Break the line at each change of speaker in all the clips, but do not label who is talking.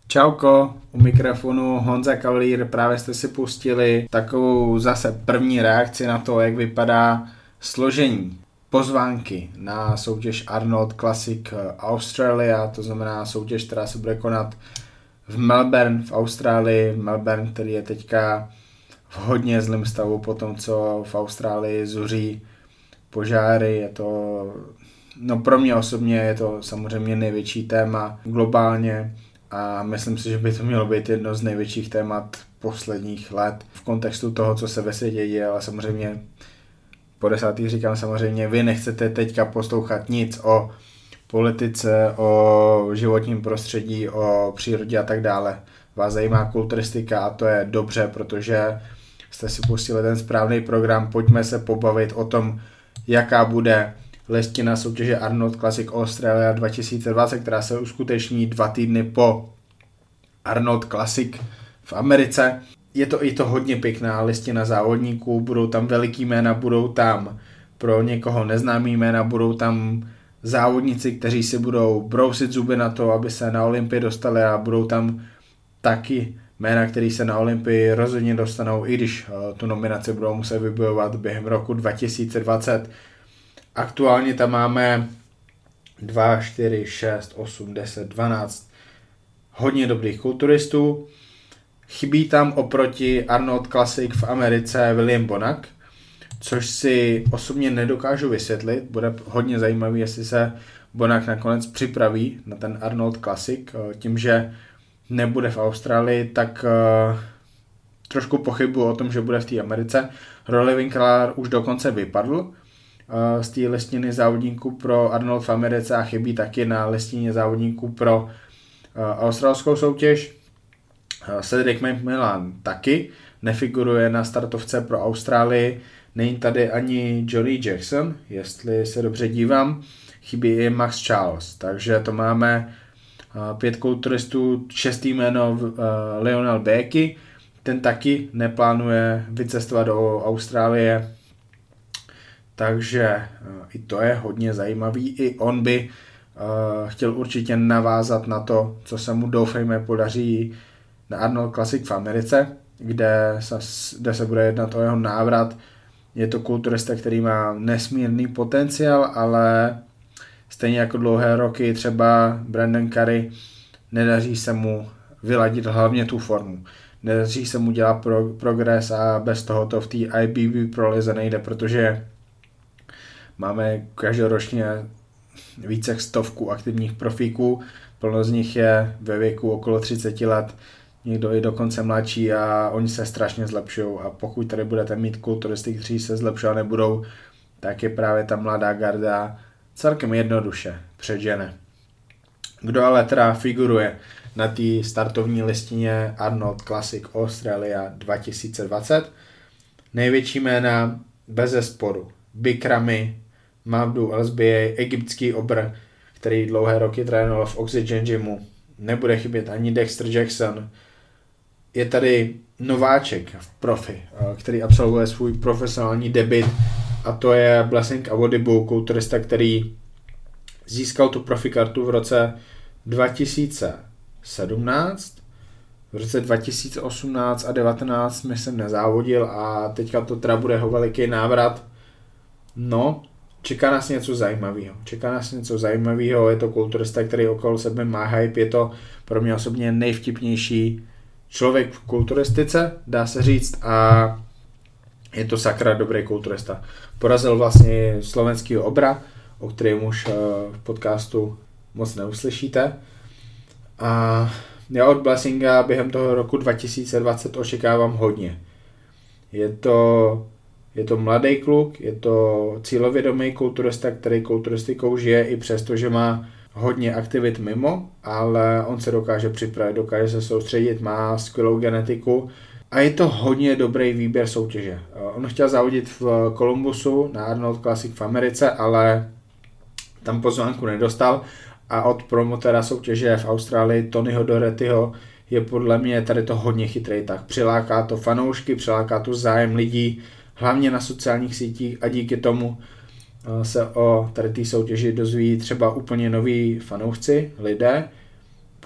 Čauko, u mikrofonu Honza Kavalír, právě jste si pustili takovou zase první reakci na to, jak vypadá složení pozvánky na soutěž Arnold Classic Australia, to znamená soutěž, která se bude konat v Melbourne v Austrálii, Melbourne, který je teďka v hodně zlém stavu po tom, co v Austrálii zuří požáry. Je to, pro mě osobně je to samozřejmě největší téma globálně a myslím si, že by to mělo být jedno z největších témat posledních let v kontextu toho, co se ve světě děje, ale samozřejmě po desátý říkám samozřejmě, vy nechcete teďka poslouchat nic o politice, o životním prostředí, o přírodě a tak dále. Vás zajímá kulturistika a to je dobře, protože jste si pustili ten správný program. Pojďme se pobavit o tom, jaká bude listina soutěže Arnold Classic Australia 2020, která se uskuteční 2 týdny po Arnold Classic v Americe. Je to hodně pěkná listina závodníků, budou tam veliký jména, budou tam pro někoho neznámý jména, budou tam závodníci, kteří si budou brousit zuby na to, aby se na Olympii dostali, a budou tam taky jména, který se na Olympii rozhodně dostanou, i když tu nominaci budou muset vybojovat během roku 2020. Aktuálně tam máme 2, 4, 6, 8, 10, 12 hodně dobrých kulturistů. Chybí tam oproti Arnold Classic v Americe William Bonac, což si osobně nedokážu vysvětlit. Bude hodně zajímavý, jestli se Bonac nakonec připraví na ten Arnold Classic. Tím, že nebude v Austrálii, tak trošku pochybuji o tom, že bude v té Americe. Rory Winkler už dokonce vypadl z té listiny závodníků pro Arnold v Americe a chybí taky na listině závodníků pro australskou soutěž. Cedric McMillan taky nefiguruje na startovce pro Austrálii. Není tady ani Johnny Jackson, jestli se dobře dívám. Chybí i Max Charles, takže to máme 5 kulturistů. 6. jméno Lionel Becky, ten taky neplánuje vycestovat do Austrálie, takže i to je hodně zajímavý. I on by chtěl určitě navázat na to, co se mu doufejme podaří na Arnold Classic v Americe, kde se bude jednat o jeho návrat. Je to kulturista, který má nesmírný potenciál, ale stejně jako dlouhé roky třeba Brandon Curry, nedaří se mu vyladit hlavně tu formu. Nedaří se mu dělat progres a bez toho to v té IBB Pro lize nejde, protože máme každoročně více jak 100 aktivních profíků, plno z nich je ve věku okolo 30 let, někdo i dokonce mladší a oni se strašně zlepšují, a pokud tady budete mít kulturisty, kteří se zlepšovat nebudou, tak je právě ta mladá garda celkem jednoduše předžene. Kdo ale teda figuruje na té startovní listině Arnold Classic Australia 2020? Největší jména bez zesporu Big Ramy, Mamadou Elsbiej, egyptský obr, který dlouhé roky trénoval v Oxygen Gymu. Nebude chybět ani Dexter Jackson. Je tady nováček v profi, který absolvuje svůj profesionální debut, a to je Blessing Awodibu, kulturista, který získal tu profikartu v roce 2017. V roce 2018 a 2019 myslím nezávodil a teďka to teda bude jeho veliký návrat. No, čeká nás něco zajímavého. Je to kulturista, který okolo sebe má hype. Je to pro mě osobně nejvtipnější člověk v kulturistice, dá se říct, a je to sakra dobrý kulturista. Porazil vlastně slovenského obra, o kterém už v podcastu moc neuslyšíte. A já od Blessinga během toho roku 2020 očekávám hodně. Je to mladý kluk, je to cílovědomý kulturista, který kulturistikou žije i přesto, že má hodně aktivit mimo, ale on se dokáže připravit, dokáže se soustředit, má skvělou genetiku a je to hodně dobrý výběr soutěže. On chtěl závodit v Columbusu na Arnold Classic v Americe, ale tam pozvánku nedostal a od promotéra soutěže v Austrálii Tonyho Dohertyho je podle mě tady to hodně chytrý, tak přiláká to fanoušky, přiláká to zájem lidí, hlavně na sociálních sítích, a díky tomu se o tady té soutěži dozví třeba úplně noví fanoušci, lidé.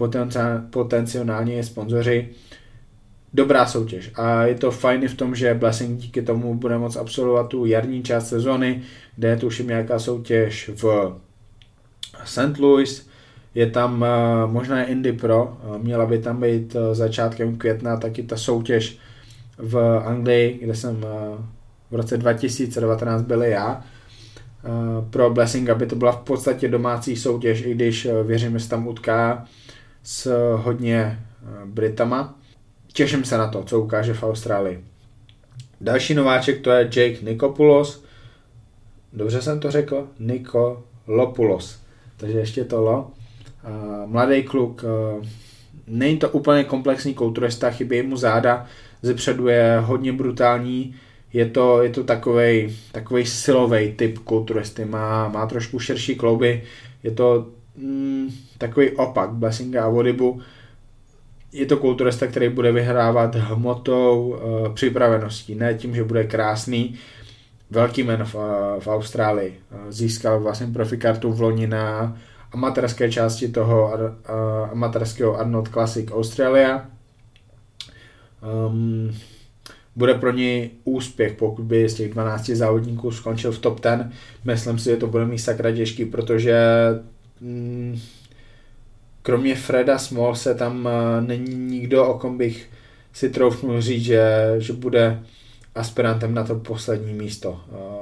potenciálně sponzoři. Dobrá soutěž a je to fajn v tom, že Blessing díky tomu bude moct absolvovat tu jarní část sezony, kde je tuším nějaká soutěž v St. Louis, je tam možná Indy Pro, měla by tam být začátkem května taky ta soutěž v Anglii, kde jsem v roce 2019 byl já. Pro Blessing, aby to byla v podstatě domácí soutěž, i když věřím, že se tam utká s hodně Britama. Těším se na to, co ukáže v Austrálii. Další nováček to je Jake Nikopoulos. Dobře jsem to řekl? Nikolopoulos. Takže ještě to lo. Mladý kluk. Není to úplně komplexní kulturista, chybí mu záda. Zepředu je hodně brutální. Je to takovej silový typ kulturisty. Má trošku širší klouby. Je to takový opak Blessinga a Wodibu. Je to kulturista, který bude vyhrávat hmotou, připraveností, ne tím, že bude krásný. Velký jméno v Austrálii. Získal vlastně profikartu v loni na amatérské části toho amatérského Arnold Classic Australia. Bude pro něj úspěch, pokud by z těch 12 závodníků skončil v top 10. Myslím si, že to bude mít sakra těžký, protože kromě Freda Smallse tam není nikdo, o kom bych si troufnul říct, že bude aspirantem na to poslední místo.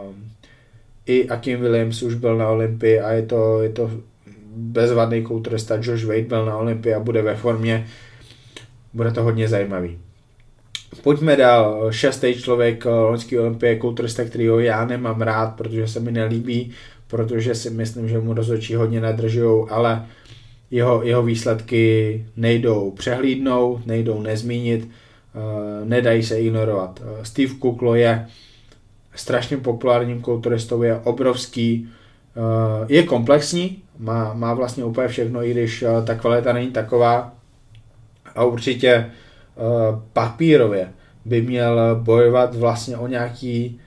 I Akim Williams už byl na Olympii a je to bezvadný kulturista. Josh Wade byl na Olympii a bude ve formě. Bude to hodně zajímavý. Pojďme dál. 6. člověk loňské olympie, kulturista, kterýho já nemám rád, protože se mi nelíbí, protože si myslím, že mu rozhodčí hodně nadržujou, ale jeho výsledky nejdou přehlídnout, nejdou nezmínit, nedají se ignorovat. Steve Kuklo je strašně populárním kulturistou, je obrovský, je komplexní, má vlastně úplně všechno, i když ta kvalita není taková a určitě papírově by měl bojovat vlastně o nějaký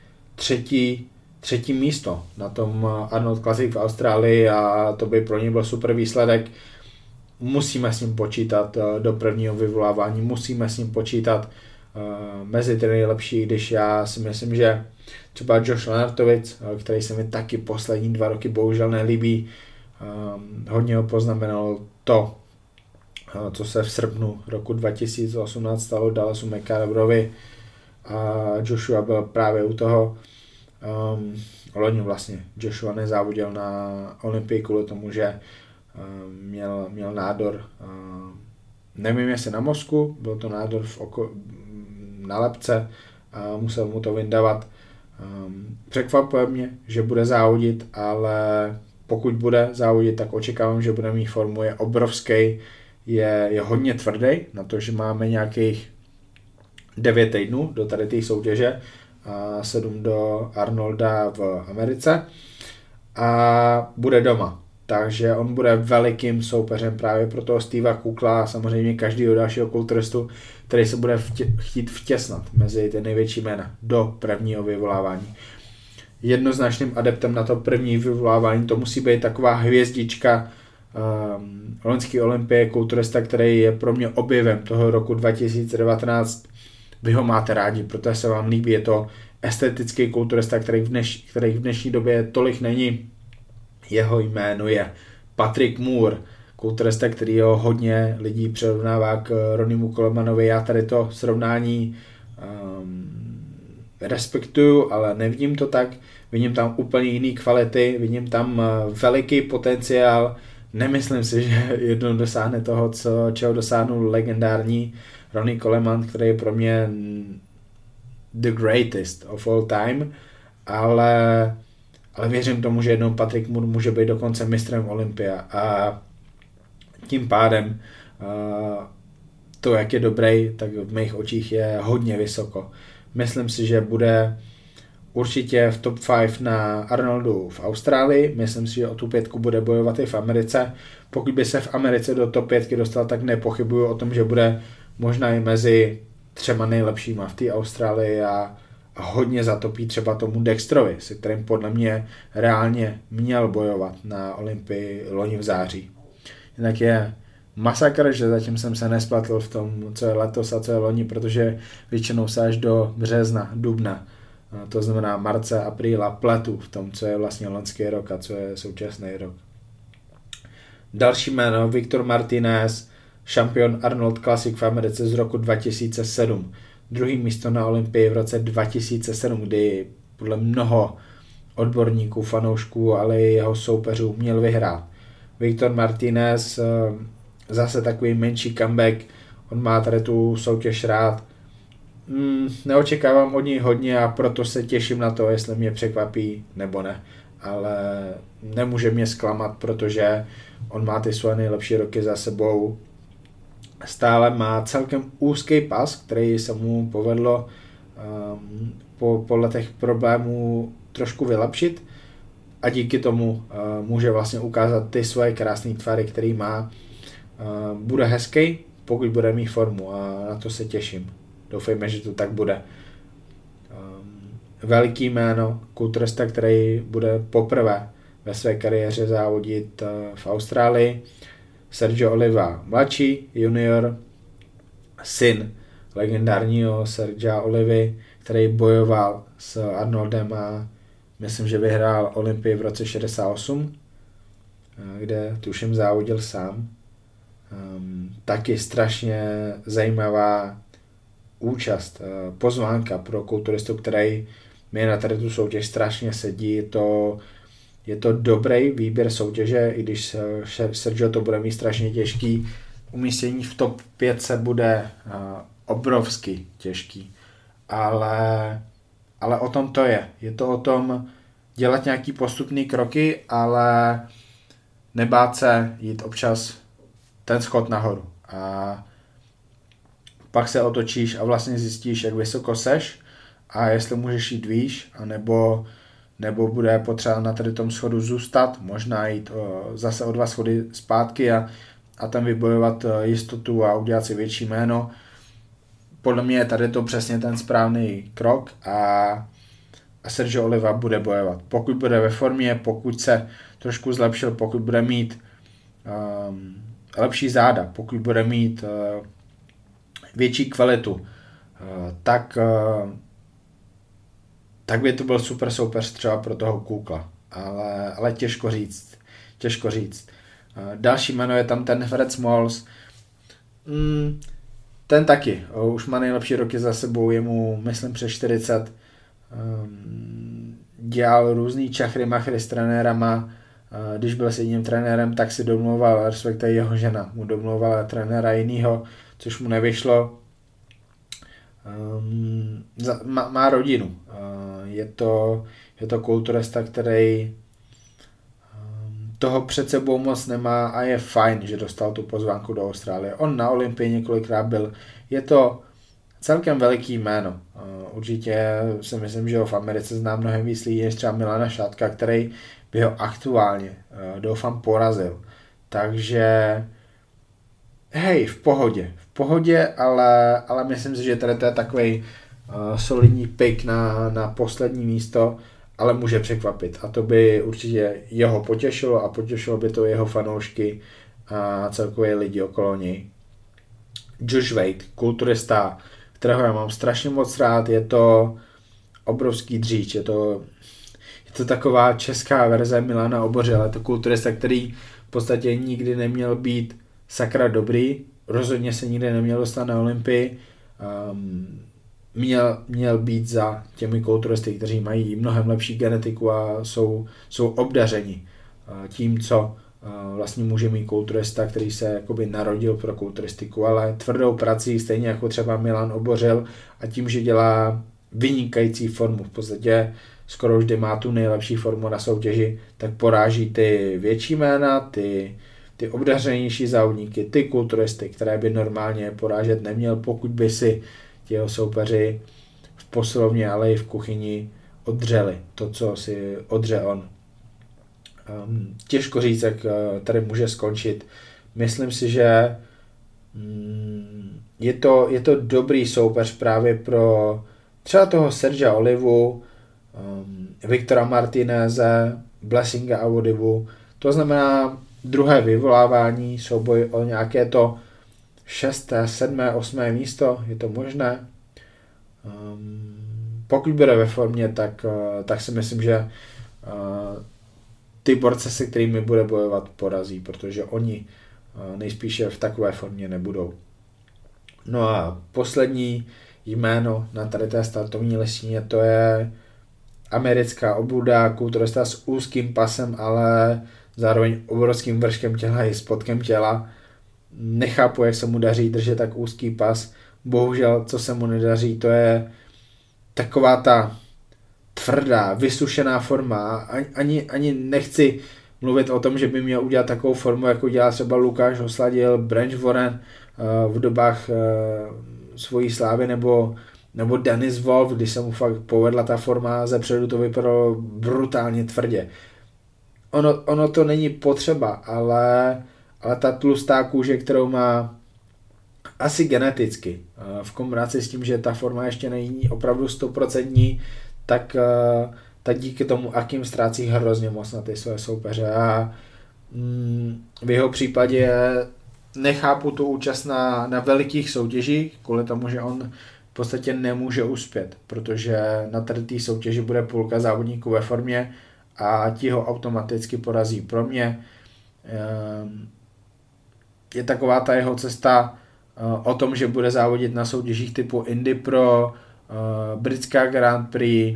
třetí místo na tom Arnold Classic v Austrálii a to by pro něj byl super výsledek. Musíme s ním počítat do prvního vyvolávání, musíme s ním počítat mezi ty nejlepší, když já si myslím, že třeba Josh Lenartovic, který se mi taky poslední 2 roky bohužel nelíbí, hodně ho poznamenalo to, co se v srpnu roku 2018 stalo Dallasu McCarverovi a Joshua byl právě u toho. Loni vlastně Joshua nezávodil na Olympii kvůli tomu, že měl nádor, nevím jestli na mozku, byl to nádor na lebce a musel mu to vyndavat. Překvapuje mě, že bude závodit, ale pokud bude závodit, tak očekávám, že bude mít formu, je obrovský, je hodně tvrdý, na to, že máme nějakých 9 týdnů do tady té soutěže a 7 do Arnolda v Americe a bude doma. Takže on bude velikým soupeřem právě pro toho Steva Kukla a samozřejmě každého dalšího kulturistu, který se bude chtít vtěsnat mezi ty největší jména do prvního vyvolávání. Jednoznačným adeptem na to první vyvolávání to musí být taková hvězdička loňské olympie, kulturista, který je pro mě objevem toho roku 2019. Vy ho máte rádi, protože se vám líbí, je to estetický kulturista, který v dnešní době tolik není. Jeho jméno je Patrick Moore, kulturista, který ho hodně lidí přirovnává k Ronniemu Colemanovi. Já tady to srovnání respektuju, ale nevidím to tak. Vidím tam úplně jiný kvality, vidím tam veliký potenciál. Nemyslím si, že jednou dosáhne toho, čeho dosáhnul legendární Ronnie Coleman, který je pro mě the greatest of all time, ale věřím tomu, že jednou Patrick Moore může být dokonce mistrem Olympia a tím pádem to, jak je dobrý, tak v mých očích je hodně vysoko. Myslím si, že bude určitě v top 5 na Arnoldu v Austrálii, myslím si, že o tu 5 bude bojovat i v Americe. Pokud by se v Americe do top 5 dostal, tak nepochybuju o tom, že bude možná i mezi 3 nejlepšíma v té Austrálii a hodně zatopí třeba tomu Dextrovi, se kterým podle mě reálně měl bojovat na Olympii loni v září. Jinak je masakr, že zatím jsem se nesplatl v tom, co je letos a co je loni, protože většinou se až do března, dubna, to znamená marce, apríla, pletu v tom, co je vlastně loňský rok a co je současný rok. Další jméno, Victor Martinez, šampion Arnold Classic v Americe z roku 2007. Druhý místo na Olympii v roce 2007, kdy podle mnoho odborníků, fanoušků, ale i jeho soupeřů měl vyhrát. Victor Martinez, zase takový menší comeback, on má tady tu soutěž rád. Neočekávám od něj hodně a proto se těším na to, jestli mě překvapí nebo ne. Ale nemůže mě zklamat, protože on má ty svoje nejlepší roky za sebou. Stále má celkem úzký pas, který se mu povedlo po letech problémů trošku vylepšit a díky tomu může vlastně ukázat ty svoje krásné tvary, který má. Bude hezký, pokud bude mít formu a na to se těším. Doufejme, že to tak bude. Veliký jméno, kulturista, který bude poprvé ve své kariéře závodit v Austrálii. Sergio Oliva mladší, junior, syn legendárního Sergia Olivy, který bojoval s Arnoldem a myslím, že vyhrál Olympii v roce 68, kde tuším závodil sám. Taky strašně zajímavá účast, pozvánka pro kulturistu, který mi na tady tu soutěž strašně sedí. Je to dobrý výběr soutěže, i když Sergio to bude mít strašně těžký. Umístění v top 5 se bude obrovsky těžký. Ale o tom to je. Je to o tom dělat nějaký postupný kroky, ale nebát se jít občas ten schod nahoru. A pak se otočíš a vlastně zjistíš, jak vysoko seš a jestli můžeš jít výš, nebo bude potřeba na tady tom schodu zůstat, možná jít zase o 2 schody zpátky a tam vybojovat jistotu a udělat si větší jméno. Podle mě je tady to přesně ten správný krok a Sergio Oliva bude bojovat. Pokud bude ve formě, pokud se trošku zlepšil, pokud bude mít lepší záda, pokud bude mít větší kvalitu, tak by to byl super soupeř třeba pro toho Kukla, ale těžko říct. Další jméno je tam ten Fred Smalls. Ten taky, už má nejlepší roky za sebou, je mu, myslím, přes 40. Dělal různý čachry machry s trenérama. Když byl s jedním trenérem, tak si domlouval, respektive jeho žena mu domlouvala trenéra jinýho, což mu nevyšlo. Má rodinu. Je to kulturista, který toho před sebou moc nemá a je fajn, že dostal tu pozvánku do Austrálie. On na Olympii několikrát byl. Je to celkem veliký jméno. Určitě si myslím, že ho v Americe zná mnohem víc lidí než třeba Milana Šátka, který by ho aktuálně doufám porazil. Takže hej, v pohodě, ale myslím si, že tady to je takovej solidní pick na poslední místo, ale může překvapit. A to by určitě jeho potěšilo a potěšilo by to jeho fanoušky a celkově lidi okolo něj. Josh Wade, kulturista, kterého já mám strašně moc rád, je to obrovský dříč, je to taková česká verze Milana Obořila, je to kulturista, který v podstatě nikdy neměl být sakra dobrý, rozhodně se nikdy neměl dostat na Olympii, měl být za těmi kulturisty, kteří mají mnohem lepší genetiku a jsou obdařeni tím, co vlastně může mít kulturista, který se jakoby narodil pro kulturistiku, ale tvrdou prací, stejně jako třeba Milan Obořil a tím, že dělá vynikající formu, v podstatě skoro vždy má tu nejlepší formu na soutěži, tak poráží ty větší jména, ty obdařenější závodníky, ty kulturisty, které by normálně porážet neměl, pokud by si jeho soupeři v posilovně, ale i v kuchyni odřeli to, co si odře on. Těžko říct, jak tady může skončit. Myslím si, že je to dobrý soupeř právě pro třeba toho Sergia Olivu, Viktora Martineze, Blessinga Awodivu. To znamená druhé vyvolávání, souboj o nějaké to 6., 7., 8. místo, je to možné. Pokud bude ve formě, tak si myslím, že ty borce, se kterými bude bojovat, porazí, protože oni nejspíše v takové formě nebudou. No a poslední jméno na tady té startovní listině, to je americká obuda, kulturista s úzkým pasem, ale zároveň obrovským vrškem těla i spodkem těla. Nechápu, jak se mu daří držet tak úzký pas. Bohužel, co se mu nedaří, to je taková ta tvrdá, vysušená forma. Ani nechci mluvit o tom, že by měl udělat takovou formu, jako dělá třeba Lukáš Osladil, Branch Warren v dobách svojí slávy, nebo Dennis Wolf, když se mu fakt povedla ta forma, zepředu to vypadalo brutálně tvrdě. Ono to není potřeba, ale ta tlustá kůže, kterou má asi geneticky, v kombinaci s tím, že ta forma ještě není opravdu 100%, tak díky tomu Akim ztrácí hrozně moc na ty své soupeře a v jeho případě nechápu tu účast na velikých soutěžích, kvůli tomu, že on v podstatě nemůže uspět, protože na tady té soutěži bude půlka závodníků ve formě a ti ho automaticky porazí. Pro mě je taková ta jeho cesta o tom, že bude závodit na soutěžích typu Indy Pro, britská Grand Prix,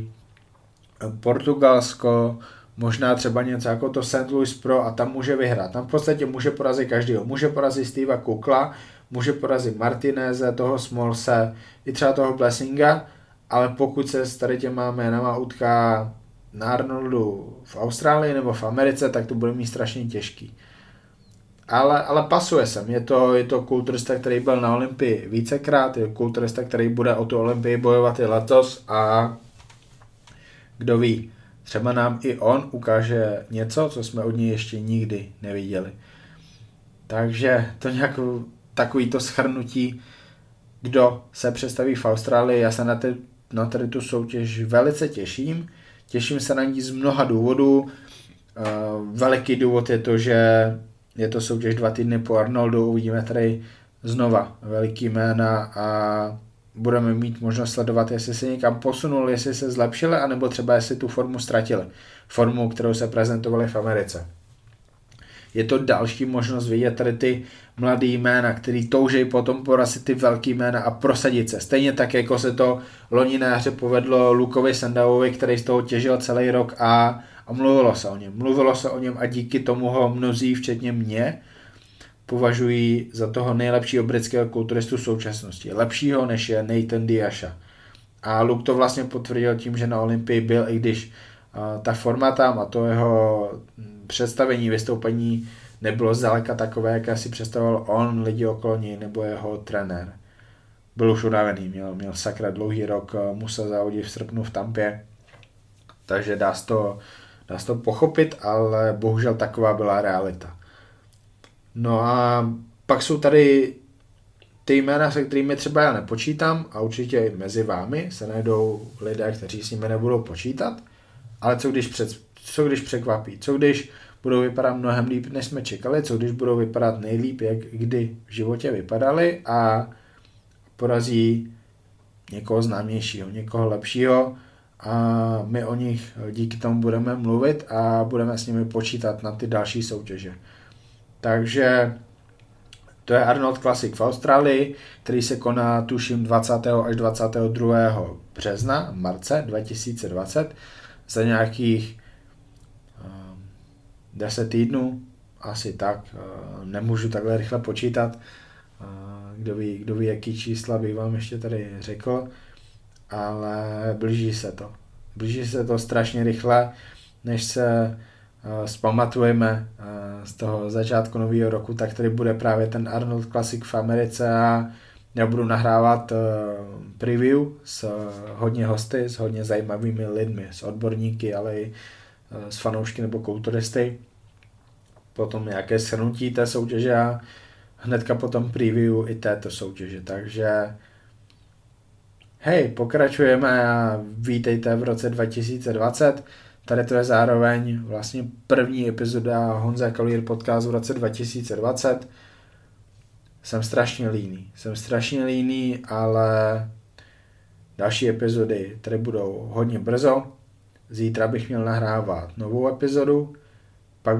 Portugalsko, možná třeba něco jako to St. Louis Pro a tam může vyhrát. Tam v podstatě může porazit každýho. Může porazit Steva Kukla, může porazit Martineze, toho Smolse, i třeba toho Blessinga, ale pokud se s tady těma jménama utká na Arnoldu v Austrálii nebo v Americe, tak to bude mít strašně těžký. Ale pasuje sem. Je to kulturista, který byl na Olympii vícekrát, je kulturista, který bude o tu Olympii bojovat i letos a kdo ví, třeba nám i on ukáže něco, co jsme od něj ještě nikdy neviděli. Takže to nějak takový to shrnutí, kdo se představí v Austrálii. Já se na tady tu soutěž velice těším. Těším se na ní z mnoha důvodů. Veliký důvod je to, že je to soutěž 2 týdny po Arnoldu. Uvidíme tady znova veliký jména a budeme mít možnost sledovat, jestli se někam posunul, jestli se zlepšili, anebo třeba jestli tu formu ztratili. Formu, kterou se prezentovali v Americe. Je to další možnost vidět tady ty mladý jména, který toužejí potom porazit ty velký jména a prosadit se. Stejně tak, jako se to loni na jaře povedlo Lukovi Sandauovi, který z toho těžil celý rok a mluvilo se o něm. Mluvilo se o něm a díky tomu ho mnozí, včetně mě, považují za toho nejlepšího britského kulturistu v současnosti. Lepšího, než je Nathan Diasha. A Luke to vlastně potvrdil tím, že na Olympii byl, i když ta forma tam a to jeho představení, vystoupení nebylo zdaleka takové, jak si představoval on, lidi okolo něj nebo jeho trenér. Byl už unavený, měl sakra dlouhý rok, musel závodit v srpnu v Tampě, takže dá se to pochopit, ale bohužel taková byla realita. No a pak jsou tady ty jména, se kterými třeba já nepočítám a určitě i mezi vámi se najdou lidé, kteří s nimi nebudou počítat, ale co když překvapí, co když budou vypadat mnohem líp, než jsme čekali, co když budou vypadat nejlíp, jak kdy v životě vypadali a porazí někoho známějšího, někoho lepšího a my o nich díky tomu budeme mluvit a budeme s nimi počítat na ty další soutěže. Takže to je Arnold Classic v Austrálii, který se koná tuším 20. až 22. března, marce 2020, za nějakých 10 týdnů, asi tak, nemůžu takhle rychle počítat, kdo ví, jaký čísla bych vám ještě tady řekl, ale blíží se to strašně rychle, než se zpamatujeme z toho začátku nového roku, tak tady bude právě ten Arnold Classic v Americe a já budu nahrávat preview s hodně hosty, s hodně zajímavými lidmi, s odborníky, ale i s fanoušky nebo kulturisty. Potom nějaké shrnutí té soutěže a hnedka potom preview i této soutěže. Takže hej, pokračujeme a vítejte v roce 2020. Tady to je zároveň vlastně první epizoda Honza Kalír podcast v roce 2020. Jsem strašně líný, ale další epizody tady budou hodně brzo. Zítra bych měl nahrávat novou epizodu, pak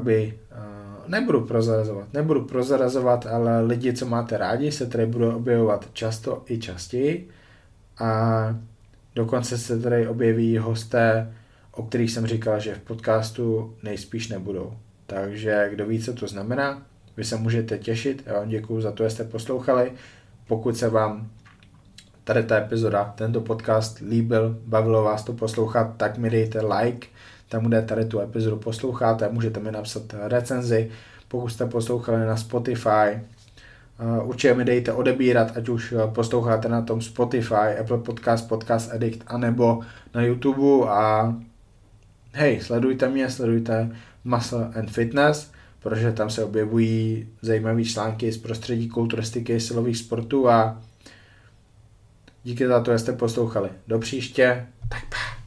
nebudu prozrazovat, ale lidi, co máte rádi, se tady budou objevovat často i častěji a dokonce se tady objeví hosté, o kterých jsem říkal, že v podcastu nejspíš nebudou. Takže kdo ví, co to znamená, vy se můžete těšit. Já vám děkuju za to, že jste poslouchali. Pokud se vám tady ta epizoda, tento podcast líbil, bavilo vás to poslouchat, tak mi dejte like, tam, kde tady tu epizodu posloucháte, můžete mi napsat recenzi. Pokud jste poslouchali na Spotify, určitě mi dejte odebírat, ať už posloucháte na tom Spotify, Apple Podcast, Podcast Addict, anebo na YouTube a hej, sledujte Muscle and Fitness, protože tam se objevují zajímavé články z prostředí kulturistiky, silových sportů a díky za to, že jste poslouchali. Do příště, tak